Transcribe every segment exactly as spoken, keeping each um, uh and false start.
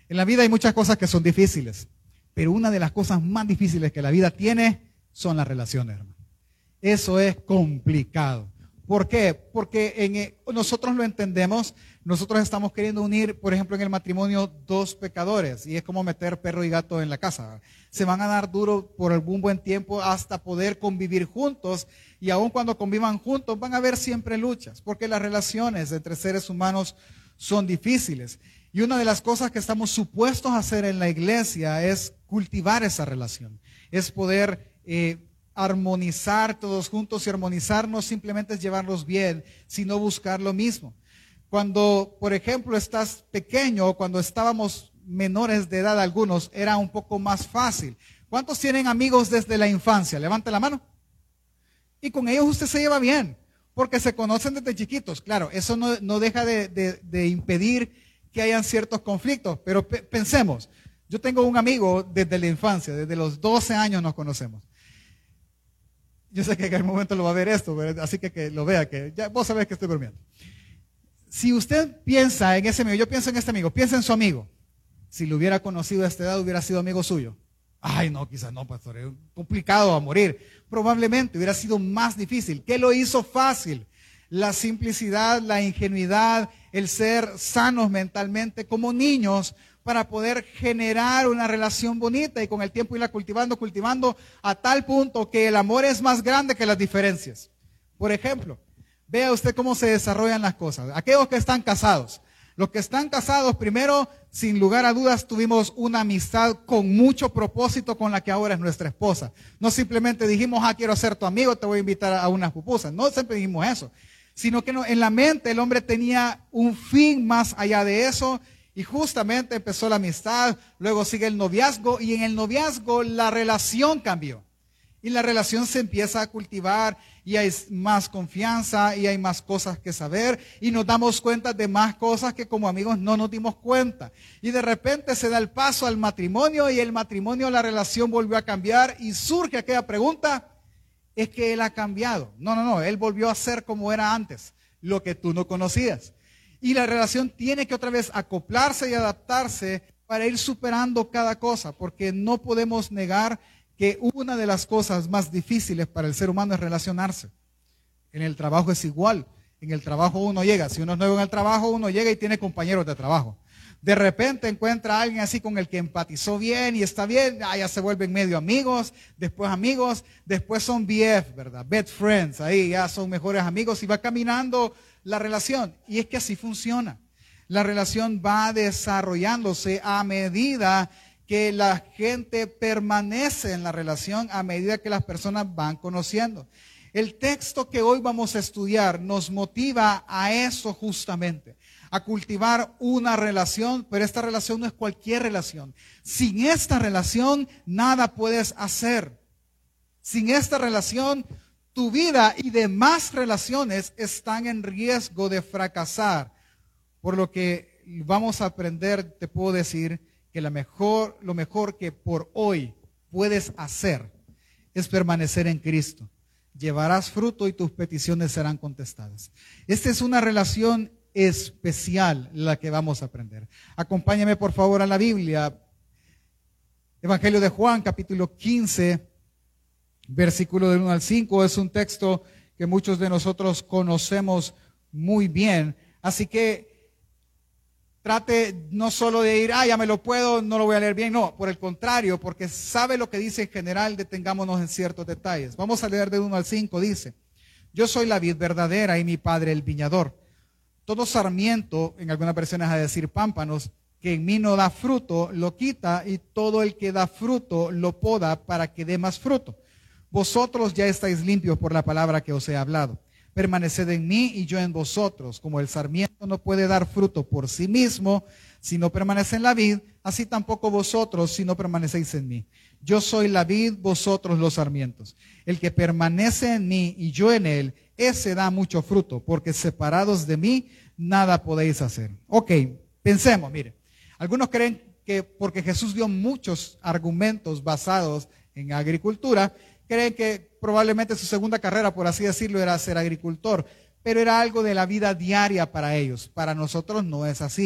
En la vida hay muchas cosas que son difíciles, pero una de las cosas más difíciles que la vida tiene son las relaciones, hermano. Eso es complicado. ¿Por qué? Porque en, eh, nosotros lo entendemos, nosotros estamos queriendo unir, por ejemplo, en el matrimonio dos pecadores, y es como meter perro y gato en la casa. Se van a dar duro por algún buen tiempo hasta poder convivir juntos, y aun cuando convivan juntos van a haber siempre luchas, porque las relaciones entre seres humanos son difíciles. Y una de las cosas que estamos supuestos a hacer en la iglesia es cultivar esa relación, es poder eh, armonizar todos juntos, y armonizar no simplemente es llevarlos bien, sino buscar lo mismo. Cuando, por ejemplo, estás pequeño, cuando estábamos menores de edad algunos, era un poco más fácil. ¿Cuántos tienen amigos desde la infancia? Levante la mano. Y con ellos usted se lleva bien, porque se conocen desde chiquitos. Claro, eso no, no deja de, de, de impedir que hayan ciertos conflictos, pero pe- pensemos, yo tengo un amigo desde la infancia, desde los doce años nos conocemos. Yo sé que en algún momento lo va a ver esto, ¿verdad? Así que que lo vea, que ya vos sabés que estoy bromeando. Si usted piensa en ese amigo, yo pienso en este amigo, piensa en su amigo. Si lo hubiera conocido a esta edad, hubiera sido amigo suyo. Ay, no, quizás no, pastor, es complicado a morir. Probablemente hubiera sido más difícil. ¿Qué lo hizo fácil? La simplicidad, la ingenuidad, el ser sanos mentalmente como niños, para poder generar una relación bonita y con el tiempo irla cultivando, cultivando a tal punto que el amor es más grande que las diferencias. Por ejemplo, vea usted cómo se desarrollan las cosas. Aquellos que están casados, los que están casados, primero, sin lugar a dudas, tuvimos una amistad con mucho propósito con la que ahora es nuestra esposa. No simplemente dijimos, ah, quiero ser tu amigo, te voy a invitar a unas pupusas. No siempre dijimos eso, sino que no, en la mente el hombre tenía un fin más allá de eso. Y justamente empezó la amistad, luego sigue el noviazgo, y en el noviazgo la relación cambió. Y la relación se empieza a cultivar, y hay más confianza, y hay más cosas que saber, y nos damos cuenta de más cosas que como amigos no nos dimos cuenta. Y de repente se da el paso al matrimonio, y el matrimonio, la relación volvió a cambiar, y surge aquella pregunta, ¿es que él ha cambiado? No, no, no, él volvió a ser como era antes, lo que tú no conocías. Y la relación tiene que otra vez acoplarse y adaptarse para ir superando cada cosa, porque no podemos negar que una de las cosas más difíciles para el ser humano es relacionarse. En el trabajo es igual. En el trabajo uno llega, si uno es nuevo en el trabajo, uno llega y tiene compañeros de trabajo. De repente encuentra a alguien así con el que empatizó bien y está bien, ah, ya se vuelven medio amigos, después amigos, después son B F, ¿verdad? Best friends, ahí ya son mejores amigos y va caminando la relación. Y es que así funciona. La relación va desarrollándose a medida que la gente permanece en la relación, a medida que las personas van conociendo. El texto que hoy vamos a estudiar nos motiva a eso justamente, a cultivar una relación, pero esta relación no es cualquier relación. Sin esta relación nada puedes hacer. Sin esta relación, tu vida y demás relaciones están en riesgo de fracasar. Por lo que vamos a aprender, te puedo decir que la mejor, lo mejor que por hoy puedes hacer es permanecer en Cristo. Llevarás fruto y tus peticiones serán contestadas. Esta es una relación especial la que vamos a aprender. Acompáñame por favor a la Biblia. Evangelio de Juan, capítulo quince, versículo del uno al cinco. Es un texto que muchos de nosotros conocemos muy bien. Así que trate no solo de ir, ah, ya me lo puedo, no lo voy a leer bien. No, por el contrario, porque sabe lo que dice en general, detengámonos en ciertos detalles. Vamos a leer del uno al cinco. Dice: yo soy la vid verdadera y mi padre el viñador. Todo sarmiento, en algunas versiones a decir pámpanos, que en mí no da fruto, lo quita, y todo el que da fruto lo poda para que dé más fruto. Vosotros ya estáis limpios por la palabra que os he hablado. Permaneced en mí y yo en vosotros. Como el sarmiento no puede dar fruto por sí mismo si no permanece en la vid, así tampoco vosotros si no permanecéis en mí. Yo soy la vid, vosotros los sarmientos. El que permanece en mí y yo en él, ese da mucho fruto, porque separados de mí nada podéis hacer. Ok, pensemos, mire. Algunos creen que porque Jesús dio muchos argumentos basados en agricultura, creen que probablemente su segunda carrera, por así decirlo, era ser agricultor, pero era algo de la vida diaria para ellos. Para nosotros no es así.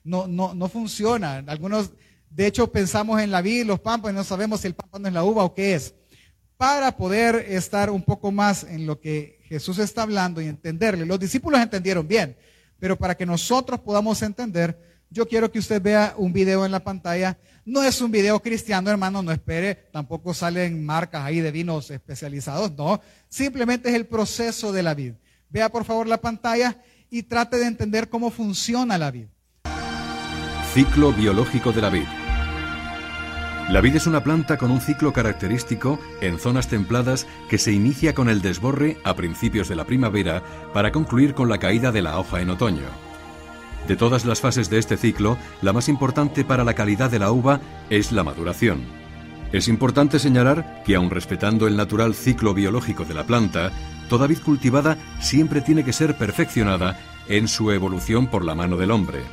no, no, no funciona. Algunos, de hecho, pensamos en la vid, los pámpanos, y no sabemos si el pámpano es la uva o qué es. Para poder estar un poco más en lo que Jesús está hablando y entenderle, los discípulos entendieron bien, pero para que nosotros podamos entender, yo quiero que usted vea un video en la pantalla. No es un video cristiano, hermano, no espere, tampoco salen marcas ahí de vinos especializados, no. Simplemente es el proceso de la vid. Vea por favor la pantalla y trate de entender cómo funciona la vid. Ciclo biológico de la vid. La vid es una planta con un ciclo característico en zonas templadas que se inicia con el desborre a principios de la primavera para concluir con la caída de la hoja en otoño. De todas las fases de este ciclo, la más importante para la calidad de la uva es la maduración. Es importante señalar que, aun respetando el natural ciclo biológico de la planta, toda vid cultivada siempre tiene que ser perfeccionada en su evolución por la mano del hombre.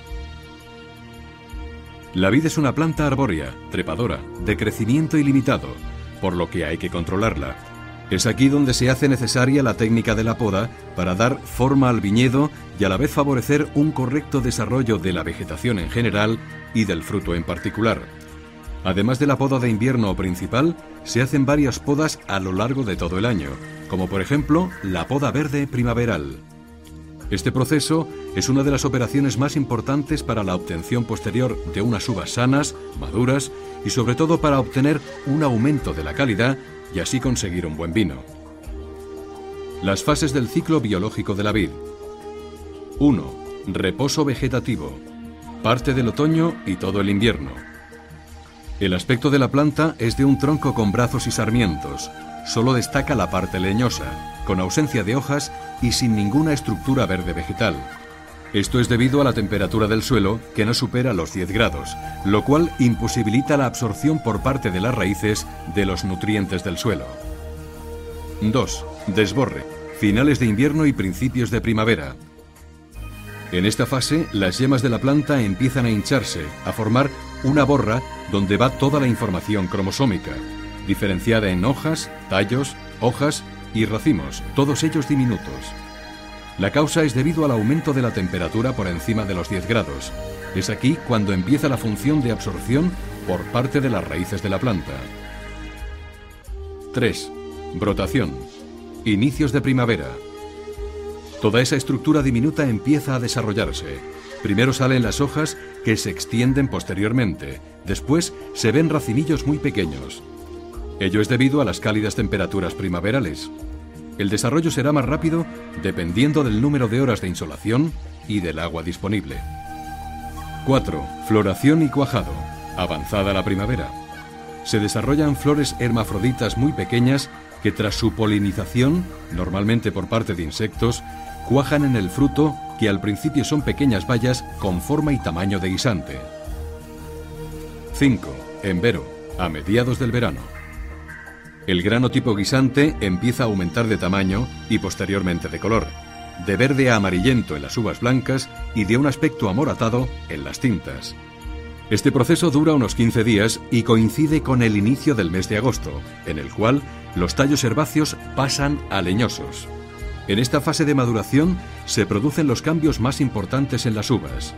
La vid es una planta arbórea, trepadora, de crecimiento ilimitado, por lo que hay que controlarla. Es aquí donde se hace necesaria la técnica de la poda para dar forma al viñedo y a la vez favorecer un correcto desarrollo de la vegetación en general y del fruto en particular. Además de la poda de invierno principal, se hacen varias podas a lo largo de todo el año, como por ejemplo la poda verde primaveral. Este proceso es una de las operaciones más importantes para la obtención posterior de unas uvas sanas, maduras y sobre todo para obtener un aumento de la calidad y así conseguir un buen vino. Las fases del ciclo biológico de la vid. uno. Reposo vegetativo. Parte del otoño y todo el invierno. El aspecto de la planta es de un tronco con brazos y sarmientos. Solo destaca la parte leñosa, con ausencia de hojas y sin ninguna estructura verde vegetal. Esto es debido a la temperatura del suelo, que no supera los diez grados, lo cual imposibilita la absorción por parte de las raíces de los nutrientes del suelo. dos. Desborre. Finales de invierno y principios de primavera. En esta fase, las yemas de la planta empiezan a hincharse, a formar una borra donde va toda la información cromosómica, diferenciada en hojas, tallos, hojas y racimos, todos ellos diminutos. La causa es debido al aumento de la temperatura por encima de los diez grados. Es aquí cuando empieza la función de absorción por parte de las raíces de la planta. tres. Brotación. Inicios de primavera. Toda esa estructura diminuta empieza a desarrollarse. Primero salen las hojas que se extienden posteriormente. Después se ven racimillos muy pequeños. Ello es debido a las cálidas temperaturas primaverales. El desarrollo será más rápido dependiendo del número de horas de insolación y del agua disponible. cuatro. Floración y cuajado. Avanzada la primavera. Se desarrollan flores hermafroditas muy pequeñas que tras su polinización, normalmente por parte de insectos, cuajan en el fruto que al principio son pequeñas bayas con forma y tamaño de guisante. cinco. Envero. A mediados del verano. El grano tipo guisante empieza a aumentar de tamaño y posteriormente de color, de verde a amarillento en las uvas blancas y de un aspecto amoratado en las tintas. Este proceso dura unos quince días y coincide con el inicio del mes de agosto, en el cual los tallos herbáceos pasan a leñosos. En esta fase de maduración se producen los cambios más importantes en las uvas.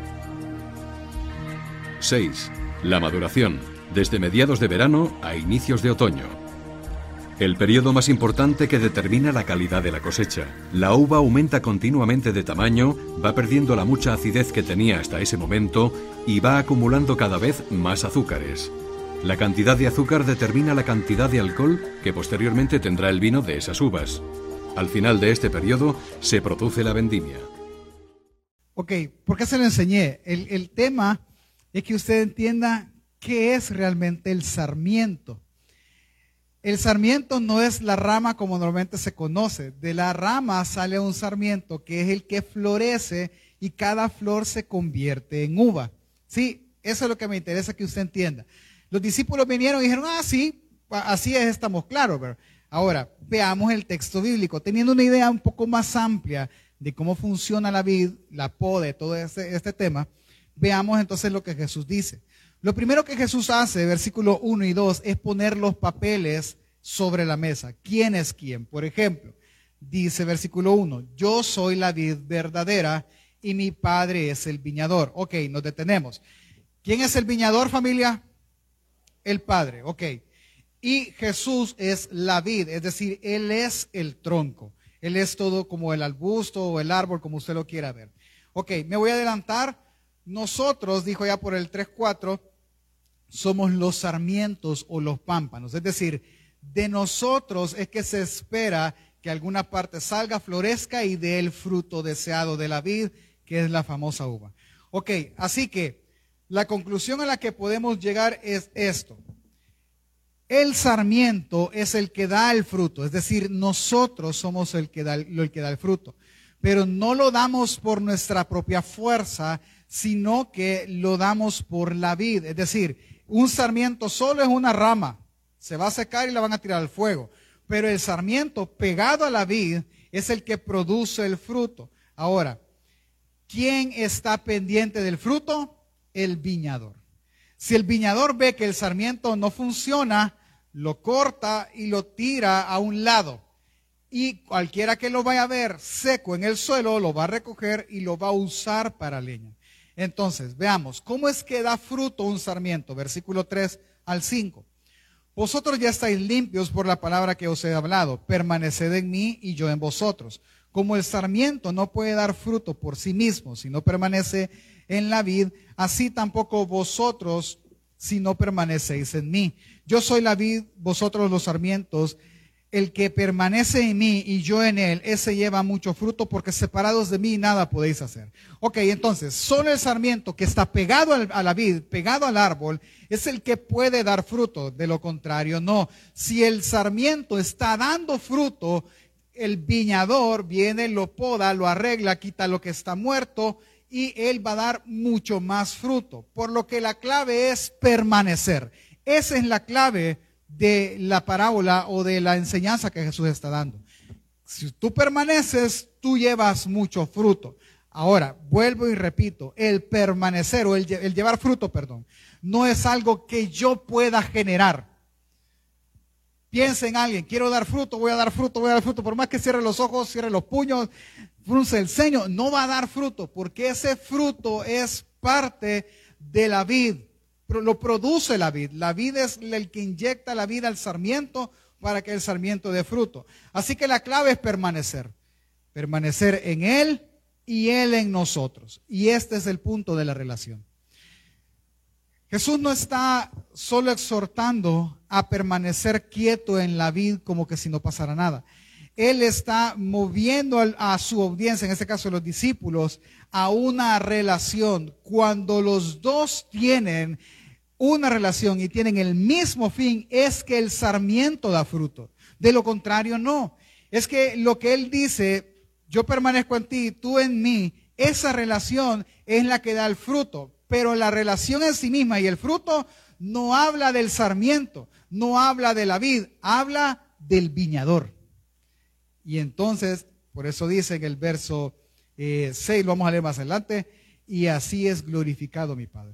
seis. La maduración, desde mediados de verano a inicios de otoño. El periodo más importante que determina la calidad de la cosecha. La uva aumenta continuamente de tamaño, va perdiendo la mucha acidez que tenía hasta ese momento y va acumulando cada vez más azúcares. La cantidad de azúcar determina la cantidad de alcohol que posteriormente tendrá el vino de esas uvas. Al final de este periodo se produce la vendimia. Ok, ¿por qué se lo enseñé? El, el tema es que usted entienda qué es realmente el sarmiento. El sarmiento no es la rama como normalmente se conoce. De la rama sale un sarmiento que es el que florece y cada flor se convierte en uva. Sí, eso es lo que me interesa que usted entienda. Los discípulos vinieron y dijeron, ah, sí, así es, estamos claros. ¿Verdad? Ahora, veamos el texto bíblico. Teniendo una idea un poco más amplia de cómo funciona la vid, la poda, todo este, este tema, veamos entonces lo que Jesús dice. Lo primero que Jesús hace, versículos uno y dos, es poner los papeles sobre la mesa. ¿Quién es quién? Por ejemplo, dice versículo uno, yo soy la vid verdadera y mi Padre es el viñador. Ok, nos detenemos. ¿Quién es el viñador, familia? El Padre, ok. Y Jesús es la vid, es decir, Él es el tronco. Él es todo como el arbusto o el árbol, como usted lo quiera ver. Ok, me voy a adelantar. Nosotros, dijo ya por el tres cuatro, somos los sarmientos o los pámpanos. Es decir, de nosotros es que se espera que alguna parte salga, florezca y dé el fruto deseado de la vid, que es la famosa uva. Ok, así que la conclusión a la que podemos llegar es esto. El sarmiento es el que da el fruto, es decir, nosotros somos el que da el, el que da el fruto. Pero no lo damos por nuestra propia fuerza, sino que lo damos por la vid. Es decir, un sarmiento solo es una rama, se va a secar y la van a tirar al fuego. Pero el sarmiento pegado a la vid es el que produce el fruto. Ahora, ¿quién está pendiente del fruto? El viñador. Si el viñador ve que el sarmiento no funciona, lo corta y lo tira a un lado. Y cualquiera que lo vaya a ver seco en el suelo, lo va a recoger y lo va a usar para leña. Entonces, veamos, ¿cómo es que da fruto un sarmiento? Versículo tres al cinco. Vosotros ya estáis limpios por la palabra que os he hablado. Permaneced en mí y yo en vosotros. Como el sarmiento no puede dar fruto por sí mismo si no permanece en la vid, así tampoco vosotros si no permanecéis en mí. Yo soy la vid, vosotros los sarmientos. El que permanece en mí y yo en él, ese lleva mucho fruto, porque separados de mí nada podéis hacer. Ok, entonces, solo el sarmiento que está pegado a la vid, pegado al árbol, es el que puede dar fruto. De lo contrario, no. Si el sarmiento está dando fruto, el viñador viene, lo poda, lo arregla, quita lo que está muerto y él va a dar mucho más fruto. Por lo que la clave es permanecer. Esa es la clave de la parábola o de la enseñanza que Jesús está dando. Si tú permaneces, tú llevas mucho fruto. Ahora, vuelvo y repito, el permanecer o el, el llevar fruto, perdón, no es algo que yo pueda generar. Piensa en alguien, quiero dar fruto, voy a dar fruto, voy a dar fruto, por más que cierre los ojos, cierre los puños, frunce el ceño, no va a dar fruto, porque ese fruto es parte de la vid. Lo produce la vid. La vid es el que inyecta la vida al sarmiento para que el sarmiento dé fruto. Así que la clave es permanecer. Permanecer en Él y Él en nosotros. Y este es el punto de la relación. Jesús no está solo exhortando a permanecer quieto en la vid como que si no pasara nada. Él está moviendo a su audiencia, en este caso los discípulos, a una relación. Cuando los dos tienen una relación y tienen el mismo fin, es que el sarmiento da fruto. De lo contrario, no. Es que lo que él dice, yo permanezco en ti, tú en mí, esa relación es la que da el fruto. Pero la relación en sí misma y el fruto no habla del sarmiento, no habla de la vid, habla del viñador. Y entonces, por eso dice en el verso eh, seis, lo vamos a leer más adelante, y así es glorificado mi Padre.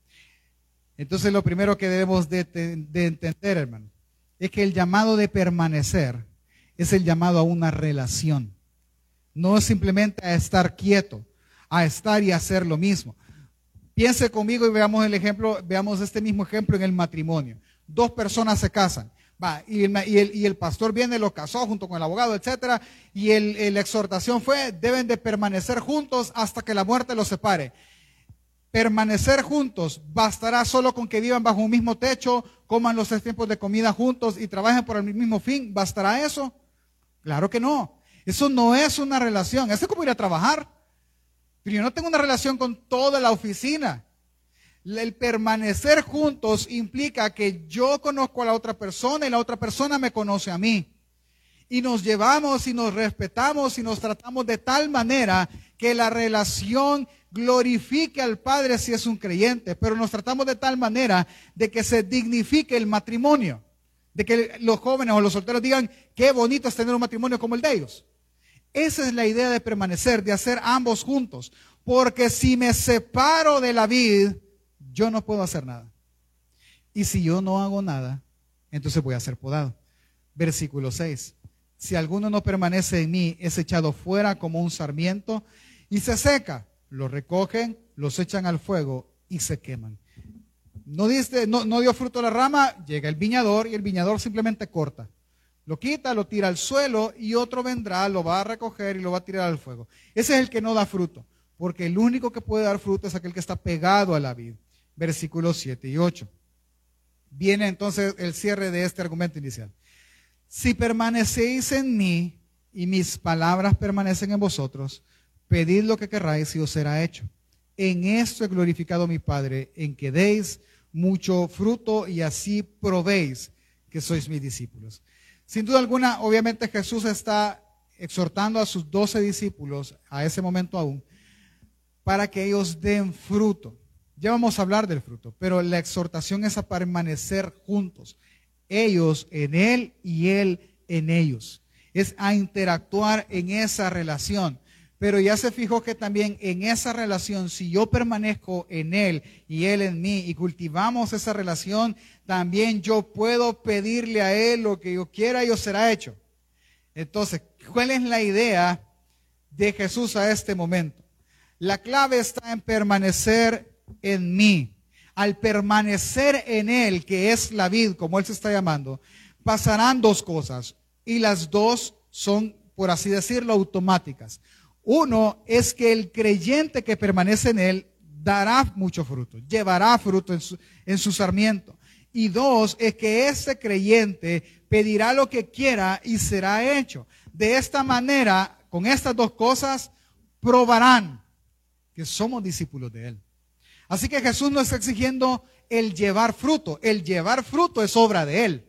Entonces lo primero que debemos de, de entender, hermano, es que el llamado de permanecer es el llamado a una relación. No es simplemente a estar quieto, a estar y hacer lo mismo. Piense conmigo y veamos el ejemplo, veamos este mismo ejemplo en el matrimonio. Dos personas se casan, va, y, el, y, el, y el pastor viene, lo casó junto con el abogado, etcétera, y el, el, la exhortación fue, deben de permanecer juntos hasta que la muerte los separe. Permanecer juntos, ¿bastará solo con que vivan bajo un mismo techo, coman los tres tiempos de comida juntos y trabajen por el mismo fin? ¿Bastará eso? Claro que no. Eso no es una relación. Eso es como ir a trabajar. Pero yo no tengo una relación con toda la oficina. El permanecer juntos implica que yo conozco a la otra persona y la otra persona me conoce a mí. Y nos llevamos y nos respetamos y nos tratamos de tal manera que la relación glorifique al Padre si es un creyente, pero nos tratamos de tal manera de que se dignifique el matrimonio, de que los jóvenes o los solteros digan, qué bonito es tener un matrimonio como el de ellos. Esa es la idea de permanecer, de hacer ambos juntos, porque si me separo de la vid, yo no puedo hacer nada. Y si yo no hago nada, entonces voy a ser podado. Versículo seis. Si alguno no permanece en mí, es echado fuera como un sarmiento y se seca. los recogen, los echan al fuego y se queman. No, dice, no, no dio fruto la rama, llega el viñador y el viñador simplemente corta. Lo quita, lo tira al suelo y otro vendrá, lo va a recoger y lo va a tirar al fuego. Ese es el que no da fruto, porque el único que puede dar fruto es aquel que está pegado a la vid. Versículos siete y ocho. Viene entonces el cierre de este argumento inicial. Si permanecéis en mí y mis palabras permanecen en vosotros, pedid lo que querráis y os será hecho. En esto he glorificado a mi Padre, en que deis mucho fruto y así probéis que sois mis discípulos. Sin duda alguna, obviamente Jesús está exhortando a sus doce discípulos, a ese momento aún, para que ellos den fruto. Ya vamos a hablar del fruto, pero la exhortación es a permanecer juntos. Ellos en Él y Él en ellos. Es a interactuar en esa relación. Pero ya se fijó que también en esa relación, si yo permanezco en Él y Él en mí y cultivamos esa relación, también yo puedo pedirle a Él lo que yo quiera y os será hecho. Entonces, ¿cuál es la idea de Jesús a este momento? La clave está en permanecer en mí. Al permanecer en Él, que es la vid, como Él se está llamando, pasarán dos cosas. Y las dos son, por así decirlo, automáticas. Uno es que el creyente que permanece en Él dará mucho fruto, llevará fruto en su, en su sarmiento. Y dos, es que ese creyente pedirá lo que quiera y será hecho. De esta manera, con estas dos cosas, probarán que somos discípulos de Él. Así que Jesús no está exigiendo el llevar fruto. El llevar fruto es obra de Él.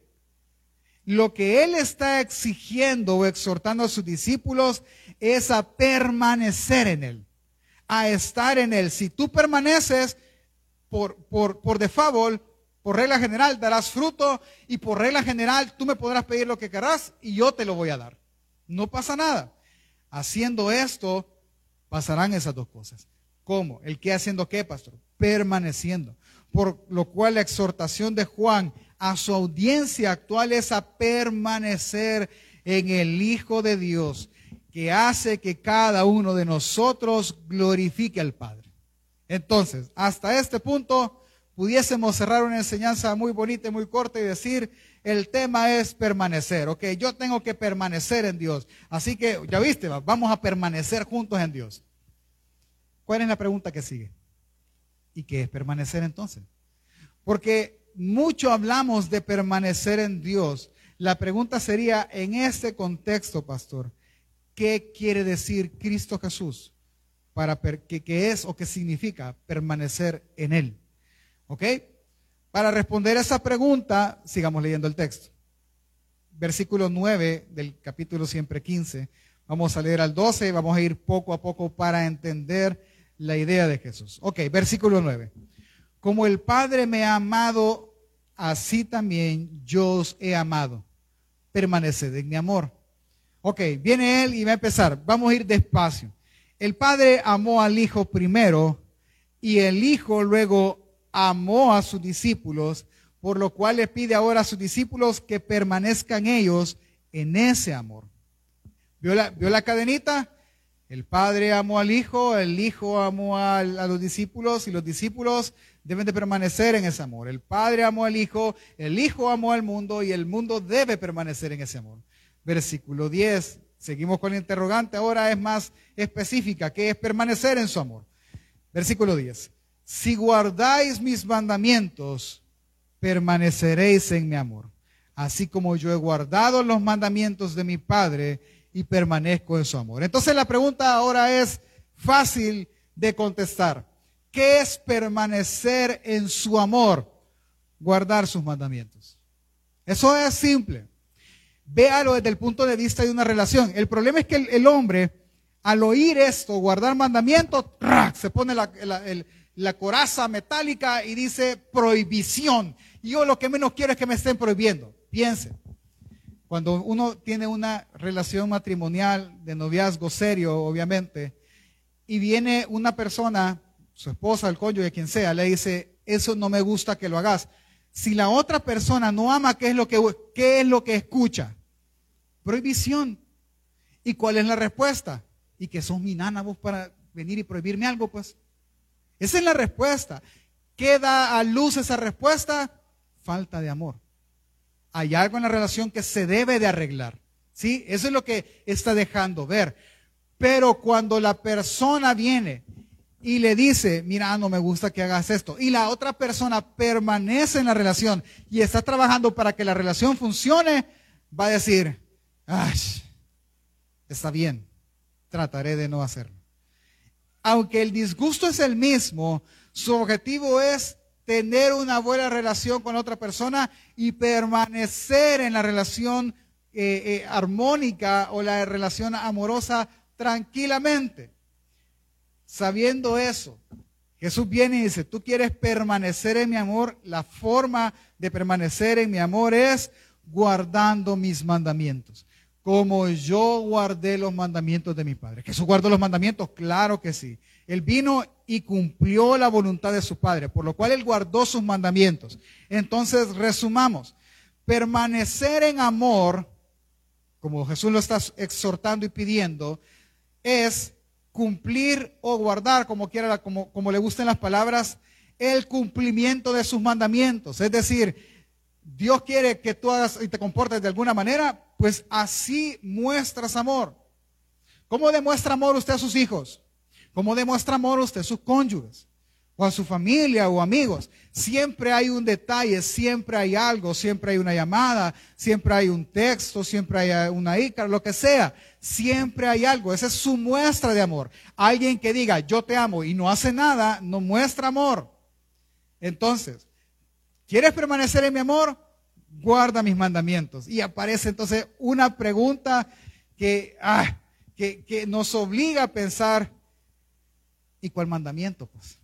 Lo que Él está exigiendo o exhortando a sus discípulos es a permanecer en Él, a estar en Él. Si tú permaneces, por, por, por default, por regla general, darás fruto y por regla general tú me podrás pedir lo que querrás y yo te lo voy a dar. No pasa nada. Haciendo esto, pasarán esas dos cosas. ¿Cómo? ¿El qué haciendo qué, pastor? Permaneciendo. Por lo cual la exhortación de Juan a su audiencia actual es a permanecer en el Hijo de Dios, que hace que cada uno de nosotros glorifique al Padre. Entonces, hasta este punto, pudiésemos cerrar una enseñanza muy bonita y muy corta y decir, el tema es permanecer. Ok, yo tengo que permanecer en Dios. Así que, ya viste, vamos a permanecer juntos en Dios. ¿Cuál es la pregunta que sigue? ¿Y qué es permanecer entonces? Porque mucho hablamos de permanecer en Dios. La pregunta sería, en este contexto, pastor, ¿qué quiere decir Cristo Jesús? Para ¿qué, qué es o qué significa permanecer en Él? ¿Ok? Para responder a esa pregunta, sigamos leyendo el texto. Versículo nueve del capítulo siempre quince. Vamos a leer al doce y vamos a ir poco a poco para entender la idea de Jesús. Ok, versículo nueve. Como el Padre me ha amado, así también yo os he amado. Permaneced en mi amor. Ok, viene Él y va a empezar. Vamos a ir despacio. El Padre amó al Hijo primero y el Hijo luego amó a sus discípulos, por lo cual le pide ahora a sus discípulos que permanezcan ellos en ese amor. ¿Vio la, vio la cadenita? El Padre amó al Hijo, el Hijo amó a, a los discípulos y los discípulos deben de permanecer en ese amor. El Padre amó al Hijo, el Hijo amó al mundo y el mundo debe permanecer en ese amor. Versículo diez, seguimos con el interrogante, ahora es más específica, que es permanecer en su amor. Versículo diez, si guardáis mis mandamientos, permaneceréis en mi amor, así como yo he guardado los mandamientos de mi Padre y permanezco en su amor. Entonces la pregunta ahora es fácil de contestar. ¿Qué es permanecer en su amor? Guardar sus mandamientos. Eso es simple. Véalo desde el punto de vista de una relación. El problema es que el, el hombre, al oír esto, guardar mandamientos, ¡trac!, se pone la, la, el, la coraza metálica y dice prohibición. Y yo lo que menos quiero es que me estén prohibiendo. Piense. Cuando uno tiene una relación matrimonial de noviazgo serio, obviamente, y viene una persona, su esposa, el cónyuge, quien sea, le dice, eso no me gusta que lo hagas. Si la otra persona no ama, ¿qué es lo que, qué es lo que escucha? Prohibición. ¿Y cuál es la respuesta? Y que sos mi nana vos para venir y prohibirme algo, pues. Esa es la respuesta. ¿Qué da a luz esa respuesta? Falta de amor. Hay algo en la relación que se debe de arreglar, ¿sí? Eso es lo que está dejando ver. Pero cuando la persona viene y le dice, mira, no me gusta que hagas esto, y la otra persona permanece en la relación y está trabajando para que la relación funcione, va a decir, ay, está bien, trataré de no hacerlo. Aunque el disgusto es el mismo, su objetivo es tener una buena relación con otra persona y permanecer en la relación eh, eh, armónica o la relación amorosa tranquilamente. Sabiendo eso, Jesús viene y dice, tú quieres permanecer en mi amor, la forma de permanecer en mi amor es guardando mis mandamientos, como yo guardé los mandamientos de mi Padre. ¿Jesús guardó los mandamientos? Claro que sí. Él vino y cumplió la voluntad de su Padre, por lo cual Él guardó sus mandamientos. Entonces, resumamos, permanecer en amor, como Jesús lo está exhortando y pidiendo, es cumplir o guardar, como quiera, como, como le gusten las palabras, el cumplimiento de sus mandamientos. Es decir, Dios quiere que tú hagas y te comportes de alguna manera, pues así muestras amor. ¿Cómo demuestra amor usted a sus hijos? ¿Cómo demuestra amor usted a sus cónyuges? O a su familia o amigos. Siempre hay un detalle, siempre hay algo, siempre hay una llamada, siempre hay un texto, siempre hay una ícara, lo que sea. Siempre hay algo. Esa es su muestra de amor. Alguien que diga, yo te amo y no hace nada, no muestra amor. Entonces, ¿quieres permanecer en mi amor? Guarda mis mandamientos. Y aparece entonces una pregunta que, ah, que, que nos obliga a pensar, ¿y cuál mandamiento? Pues,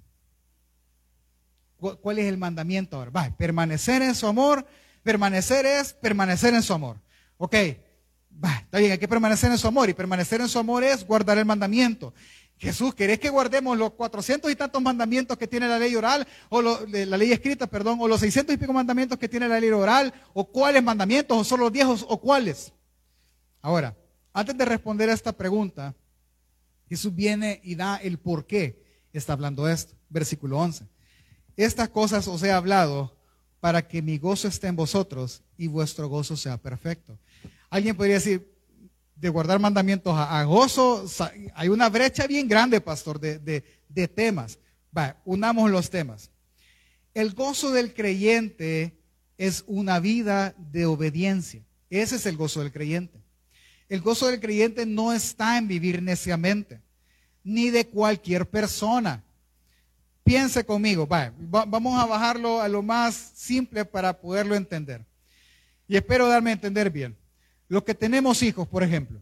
¿cuál es el mandamiento ahora? Va, permanecer en su amor. Permanecer es permanecer en su amor. Ok, va, está bien, hay que permanecer en su amor. Y permanecer en su amor es guardar el mandamiento. Jesús, ¿querés que guardemos los cuatrocientos y tantos mandamientos que tiene la ley oral, o lo, la ley escrita, perdón, o los seiscientos y pico mandamientos que tiene la ley oral, o cuáles mandamientos, o solo los diez, o cuáles? Ahora, antes de responder a esta pregunta, Jesús viene y da el por qué está hablando esto. Versículo once. Estas cosas os he hablado para que mi gozo esté en vosotros y vuestro gozo sea perfecto. Alguien podría decir, de guardar mandamientos a, a gozo, hay una brecha bien grande, pastor, de, de, de temas. Va, unamos los temas. El gozo del creyente es una vida de obediencia. Ese es el gozo del creyente. El gozo del creyente no está en vivir neciamente, ni de cualquier persona. Piense conmigo, va, vamos a bajarlo a lo más simple para poderlo entender. Y espero darme a entender bien. Los que tenemos hijos, por ejemplo,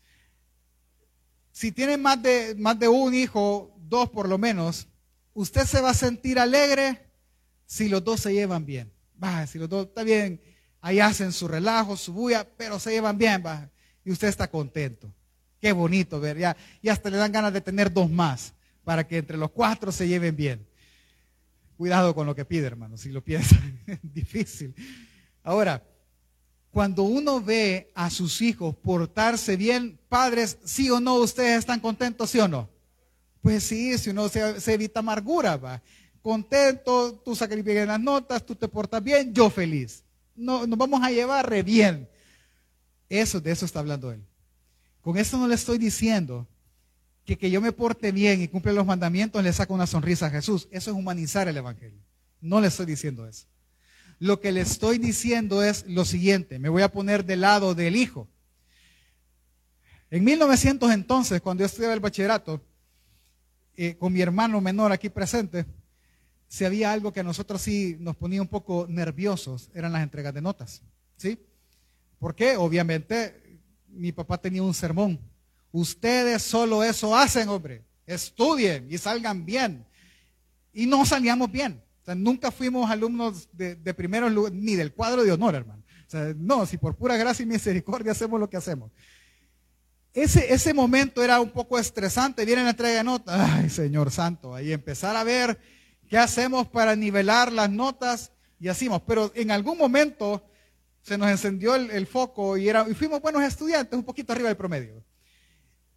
si tienen más de, más de un hijo, dos por lo menos, usted se va a sentir alegre si los dos se llevan bien. Va, si los dos, está bien, ahí hacen su relajo, su bulla, pero se llevan bien, va, y usted está contento. Qué bonito ver, ya, y hasta le dan ganas de tener dos más, para que entre los cuatro se lleven bien. Cuidado con lo que pide, hermano, si lo piensa, difícil. Ahora, cuando uno ve a sus hijos portarse bien, padres, sí o no, ustedes están contentos, sí o no. Pues sí, si uno se, se evita amargura, va. Contento, tú sacas bien las notas, tú te portas bien, yo feliz. No, nos vamos a llevar re bien. Eso, de eso está hablando él. Con esto no le estoy diciendo que que yo me porte bien y cumple los mandamientos le saca una sonrisa a Jesús. Eso es humanizar el evangelio. No le estoy diciendo eso. Lo que le estoy diciendo es lo siguiente. Me voy a poner del lado del hijo. En mil novecientos entonces, cuando yo estudiaba el bachillerato, eh, con mi hermano menor aquí presente, si había algo que a nosotros sí nos ponía un poco nerviosos, eran las entregas de notas. ¿Sí? ¿Por qué? Obviamente, mi papá tenía un sermón. Ustedes solo eso hacen, hombre. Estudien y salgan bien. Y no salíamos bien. O sea, nunca fuimos alumnos de, de primeros lugares, ni del cuadro de honor, hermano. O sea, no, si por pura gracia y misericordia hacemos lo que hacemos. Ese, ese momento era un poco estresante. Viene la entrega de notas. Ay, Señor Santo, ahí empezar a ver qué hacemos para nivelar las notas y hacemos. Pero en algún momento se nos encendió el, el foco y, era, y fuimos buenos estudiantes, un poquito arriba del promedio.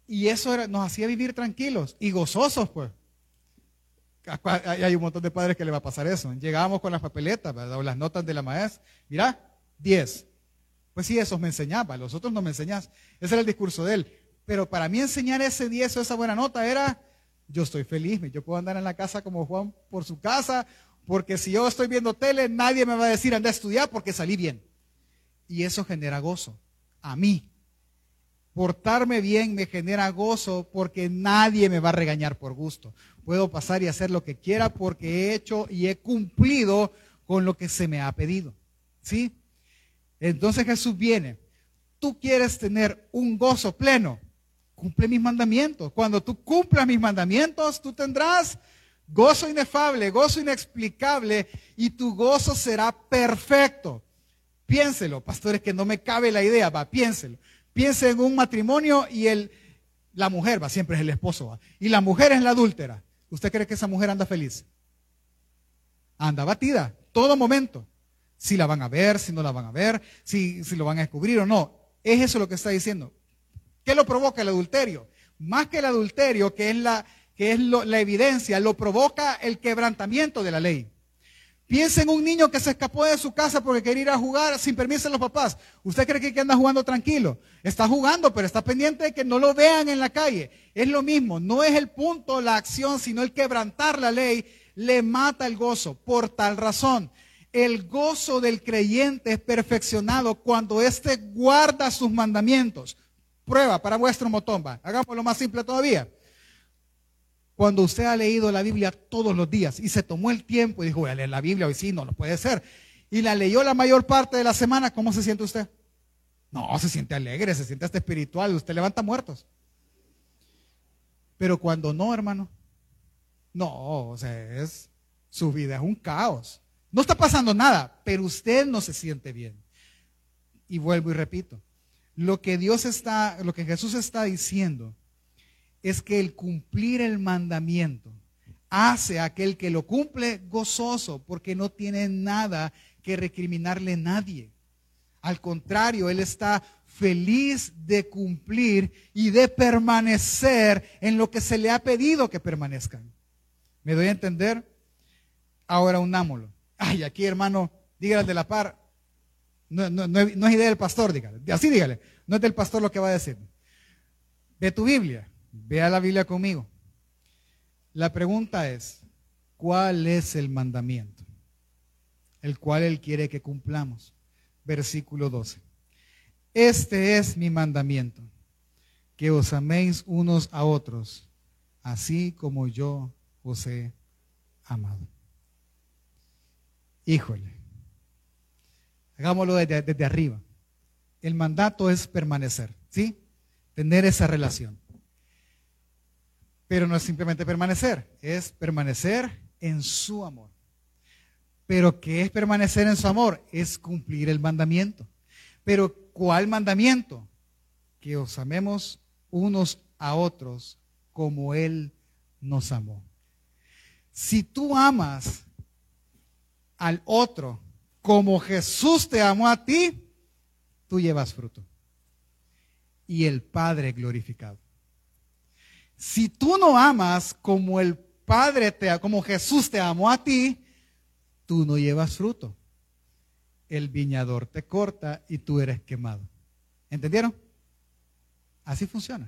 Y eso era, nos hacía vivir tranquilos y gozosos, pues. Hay un montón de padres que le va a pasar eso. Llegábamos con las papeletas, ¿verdad? O las notas de la maestra. Mira, diez. Pues sí, esos me enseñaba, los otros no me enseñás. Ese era el discurso de él. Pero para mí enseñar ese diez o esa buena nota era, yo estoy feliz, yo puedo andar en la casa como Juan por su casa, porque si yo estoy viendo tele, nadie me va a decir anda a estudiar porque salí bien. Y eso genera gozo. A mí. Portarme bien me genera gozo porque nadie me va a regañar por gusto. Puedo pasar y hacer lo que quiera porque he hecho y he cumplido con lo que se me ha pedido. ¿Sí? Entonces Jesús viene. Tú quieres tener un gozo pleno. Cumple mis mandamientos. Cuando tú cumplas mis mandamientos, tú tendrás gozo inefable, gozo inexplicable y tu gozo será perfecto. Piénselo, pastores, que no me cabe la idea, va, piénselo. Piense en un matrimonio y el, la mujer, va, siempre es el esposo, va, y la mujer es la adúltera. ¿Usted cree que esa mujer anda feliz? Anda batida, todo momento. Si la van a ver, si no la van a ver, si, si lo van a descubrir o no. Es eso lo que está diciendo. ¿Qué lo provoca el adulterio? Más que el adulterio, que es la, que es lo, la evidencia, lo provoca el quebrantamiento de la ley. Piensa en un niño que se escapó de su casa porque quería ir a jugar sin permiso de los papás. ¿Usted cree que anda jugando tranquilo? Está jugando, pero está pendiente de que no lo vean en la calle. Es lo mismo, no es el punto la acción, sino el quebrantar la ley le mata el gozo. Por tal razón, el gozo del creyente es perfeccionado cuando éste guarda sus mandamientos. Prueba para vuestro botón, va. Hagámoslo más simple todavía. Cuando usted ha leído la Biblia todos los días y se tomó el tiempo y dijo, voy a leer la Biblia hoy, sí, no, no puede ser. Y la leyó la mayor parte de la semana, ¿cómo se siente usted? No, se siente alegre, se siente hasta espiritual, usted levanta muertos. Pero cuando no, hermano, no, o sea, es, su vida es un caos. No está pasando nada, pero usted no se siente bien. Y vuelvo y repito, lo que Dios está, lo que Jesús está diciendo es que el cumplir el mandamiento hace a aquel que lo cumple gozoso porque no tiene nada que recriminarle a nadie. Al contrario, él está feliz de cumplir y de permanecer en lo que se le ha pedido que permanezcan. ¿Me doy a entender? Ahora unámoslo. Ay, aquí hermano, dígale al de la par, no, no, no, no es idea del pastor, dígale. Así dígale, no es del pastor lo que va a decir. Ve tu Biblia. Vea la Biblia conmigo. La pregunta es, ¿cuál es el mandamiento? El cual Él quiere que cumplamos. Versículo doce. Este es mi mandamiento, que os améis unos a otros, así como yo os he amado. Híjole. Hagámoslo desde, desde arriba. El mandato es permanecer, ¿sí? Tener esa relación. Pero no es simplemente permanecer, es permanecer en su amor. Pero ¿qué es permanecer en su amor? Es cumplir el mandamiento. Pero ¿cuál mandamiento? Que os amemos unos a otros como Él nos amó. Si tú amas al otro como Jesús te amó a ti, tú llevas fruto. Y el Padre glorificado. Si tú no amas como el Padre te, como Jesús te amó a ti, tú no llevas fruto. El viñador te corta y tú eres quemado. ¿Entendieron? Así funciona.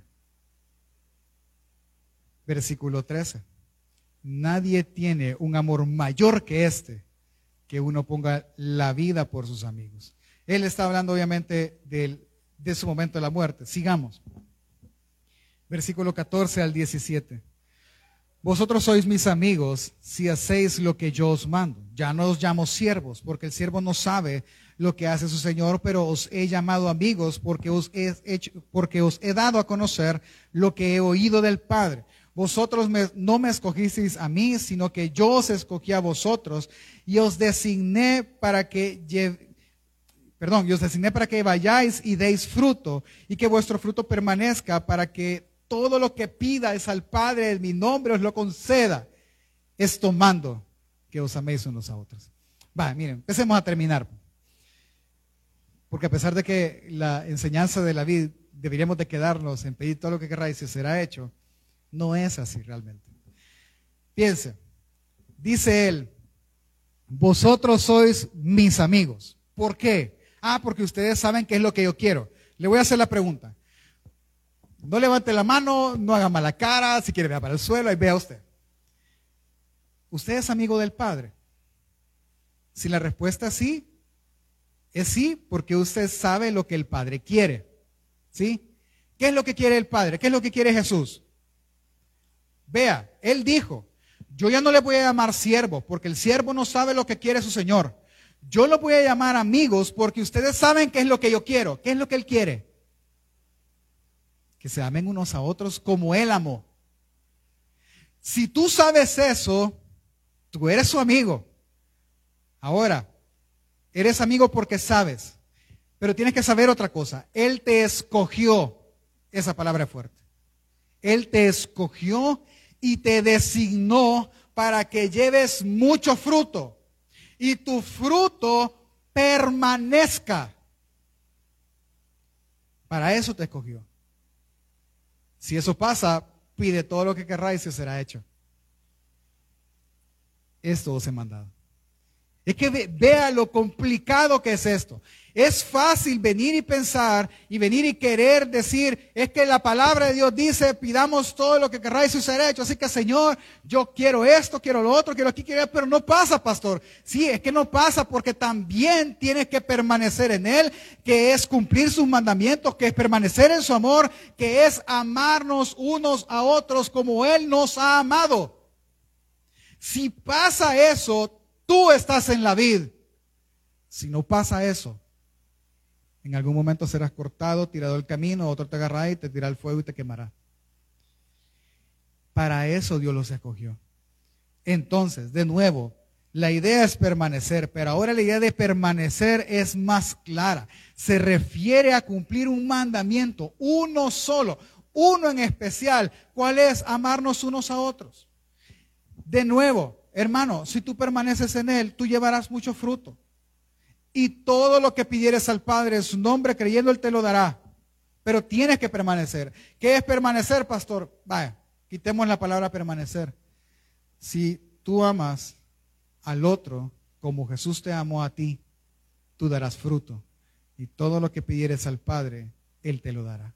Versículo trece. Nadie tiene un amor mayor que este, que uno ponga la vida por sus amigos. Él está hablando obviamente del, de su momento de la muerte. Sigamos. Versículo catorce al diecisiete. Vosotros sois mis amigos si hacéis lo que yo os mando. Ya no os llamo siervos, porque el siervo no sabe lo que hace su Señor, pero os he llamado amigos porque os he, hecho, porque os he dado a conocer lo que he oído del Padre. Vosotros me, no me escogisteis a mí, sino que yo os escogí a vosotros y os designé para que lleve, perdón, y os designé para que vayáis y deis fruto y que vuestro fruto permanezca, para que todo lo que pidáis al Padre en mi nombre os lo conceda, es tomando que os améis unos a otros. Va, miren, empecemos a terminar. Porque a pesar de que la enseñanza de la, de deberíamos de quedarnos en pedir todo lo que queráis y será hecho. No es así realmente. Piense, dice él, vosotros sois mis amigos. ¿Por qué? Ah, porque ustedes saben qué es lo que yo quiero. Le voy a hacer la pregunta. No levante la mano, no haga mala cara, si quiere vea para el suelo, ahí vea usted. ¿Usted es amigo del Padre? Si la respuesta es sí, es sí, porque usted sabe lo que el Padre quiere. ¿Sí? ¿Qué es lo que quiere el Padre? ¿Qué es lo que quiere Jesús? Vea, Él dijo, yo ya no le voy a llamar siervo, porque el siervo no sabe lo que quiere su Señor. Yo lo voy a llamar amigos, porque ustedes saben qué es lo que yo quiero. ¿Qué es lo que Él quiere? Que se amen unos a otros como Él amó. Si tú sabes eso, tú eres su amigo. Ahora, eres amigo porque sabes, pero tienes que saber otra cosa. Él te escogió, esa palabra es fuerte. Él te escogió y te designó para que lleves mucho fruto y tu fruto permanezca. Para eso te escogió. Si eso pasa, pide todo lo que querráis y será hecho. Esto os he mandado. Es que ve, vea lo complicado que es esto. Es fácil venir y pensar y venir y querer decir, es que la palabra de Dios dice, pidamos todo lo que querráis y será hecho. Así que Señor, yo quiero esto, quiero lo otro, quiero aquí, quiero allá, pero no pasa, pastor. Sí, es que no pasa porque también tienes que permanecer en Él, que es cumplir sus mandamientos, que es permanecer en su amor, que es amarnos unos a otros como Él nos ha amado. Si pasa eso, tú estás en la vid. Si no pasa eso, en algún momento serás cortado, tirado del camino, otro te agarrará y te tirará al fuego y te quemará. Para eso Dios los escogió. Entonces, de nuevo, la idea es permanecer, pero ahora la idea de permanecer es más clara. Se refiere a cumplir un mandamiento, uno solo, uno en especial. ¿Cuál es? Amarnos unos a otros. De nuevo, hermano, si tú permaneces en Él, tú llevarás mucho fruto. Y todo lo que pidieres al Padre en su nombre, creyendo, Él te lo dará. Pero tienes que permanecer. ¿Qué es permanecer, pastor? Vaya, quitemos la palabra permanecer. Si tú amas al otro como Jesús te amó a ti, tú darás fruto. Y todo lo que pidieres al Padre, Él te lo dará.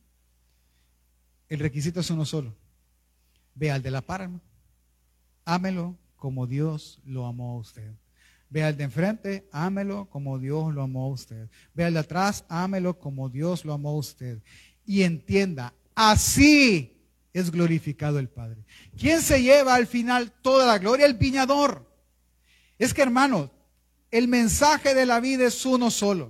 El requisito es uno solo. Ve al de la par, hermano. Ámelo como Dios lo amó a usted. Ve al de enfrente, ámelo como Dios lo amó a usted. Ve al de atrás, ámelo como Dios lo amó a usted. Y entienda, así es glorificado el Padre. ¿Quién se lleva al final toda la gloria? El viñador. Es que, hermanos, el mensaje de la vida es uno solo.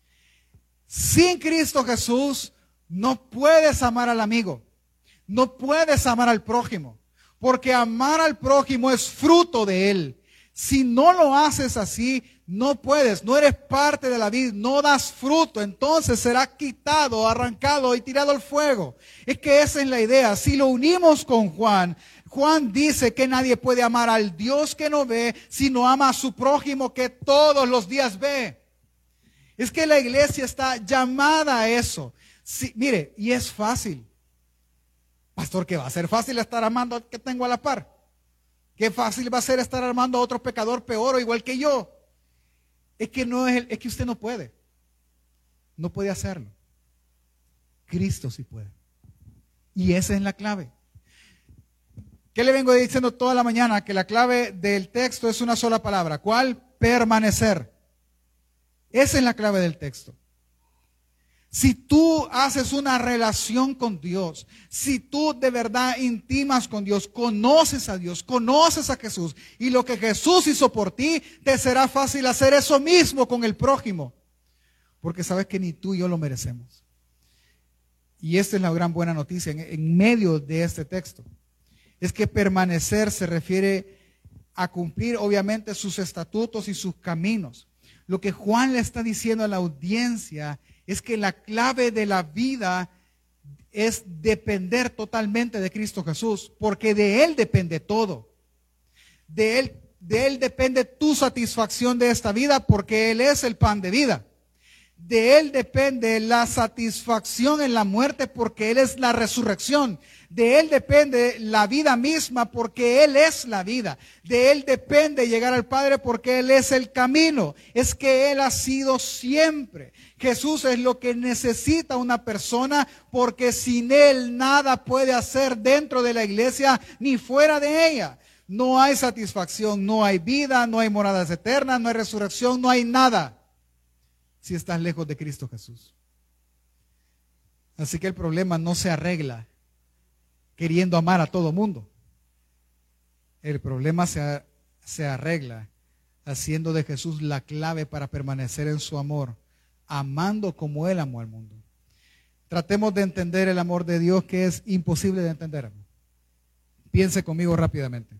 Sin Cristo Jesús no puedes amar al amigo, no puedes amar al prójimo. Porque amar al prójimo es fruto de Él. Si no lo haces así, no puedes, no eres parte de la vid, no das fruto, entonces será quitado, arrancado y tirado al fuego. Es que esa es la idea. Si lo unimos con Juan, Juan dice que nadie puede amar al Dios que no ve, sino ama a su prójimo que todos los días ve. Es que la iglesia está llamada a eso. Sí, mire, y es fácil. Pastor, ¿qué va a ser fácil estar amando al que tengo a la par? ¿Qué fácil va a ser estar amando a otro pecador peor o igual que yo? Es que no es, el, es que usted no puede. No puede hacerlo. Cristo sí puede. Y esa es la clave. ¿Qué le vengo diciendo toda la mañana? Que la clave del texto es una sola palabra. ¿Cuál? Permanecer. Esa es la clave del texto. Si tú haces una relación con Dios, si tú de verdad intimas con Dios, conoces a Dios, conoces a Jesús y lo que Jesús hizo por ti, te será fácil hacer eso mismo con el prójimo. Porque sabes que ni tú y yo lo merecemos. Y esta es la gran buena noticia en, en medio de este texto. Es que permanecer se refiere a cumplir obviamente sus estatutos y sus caminos. Lo que Juan le está diciendo a la audiencia es que la clave de la vida es depender totalmente de Cristo Jesús, porque de Él depende todo. De Él, de Él depende tu satisfacción de esta vida, porque Él es el pan de vida. De Él depende la satisfacción en la muerte porque Él es la resurrección. De Él depende la vida misma porque Él es la vida. De Él depende llegar al Padre porque Él es el camino. Es que Él ha sido siempre. Jesús es lo que necesita una persona porque sin Él nada puede hacer dentro de la iglesia ni fuera de ella. No hay satisfacción, no hay vida, no hay moradas eternas, no hay resurrección, no hay nada si estás lejos de Cristo Jesús. Así que el problema no se arregla queriendo amar a todo mundo. El problema se, se arregla haciendo de Jesús la clave para permanecer en su amor, amando como Él amó al mundo. Tratemos de entender el amor de Dios, que es imposible de entender. Piense conmigo rápidamente.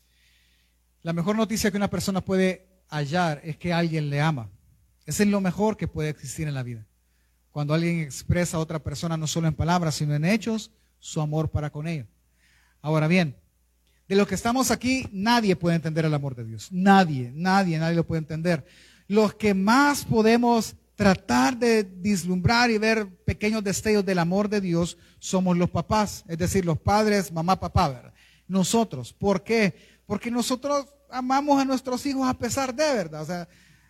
La mejor noticia que una persona puede hallar es que alguien le ama. Ese es lo mejor que puede existir en la vida. Cuando alguien expresa a otra persona, no solo en palabras, sino en hechos, su amor para con ellos. Ahora bien, de los que estamos aquí, nadie puede entender el amor de Dios. Nadie, nadie, nadie lo puede entender. Los que más podemos tratar de vislumbrar y ver pequeños destellos del amor de Dios somos los papás, es decir, los padres, mamá, papá, ¿verdad? Nosotros. ¿Por qué? Porque nosotros amamos a nuestros hijos a pesar de, ¿verdad? O sea,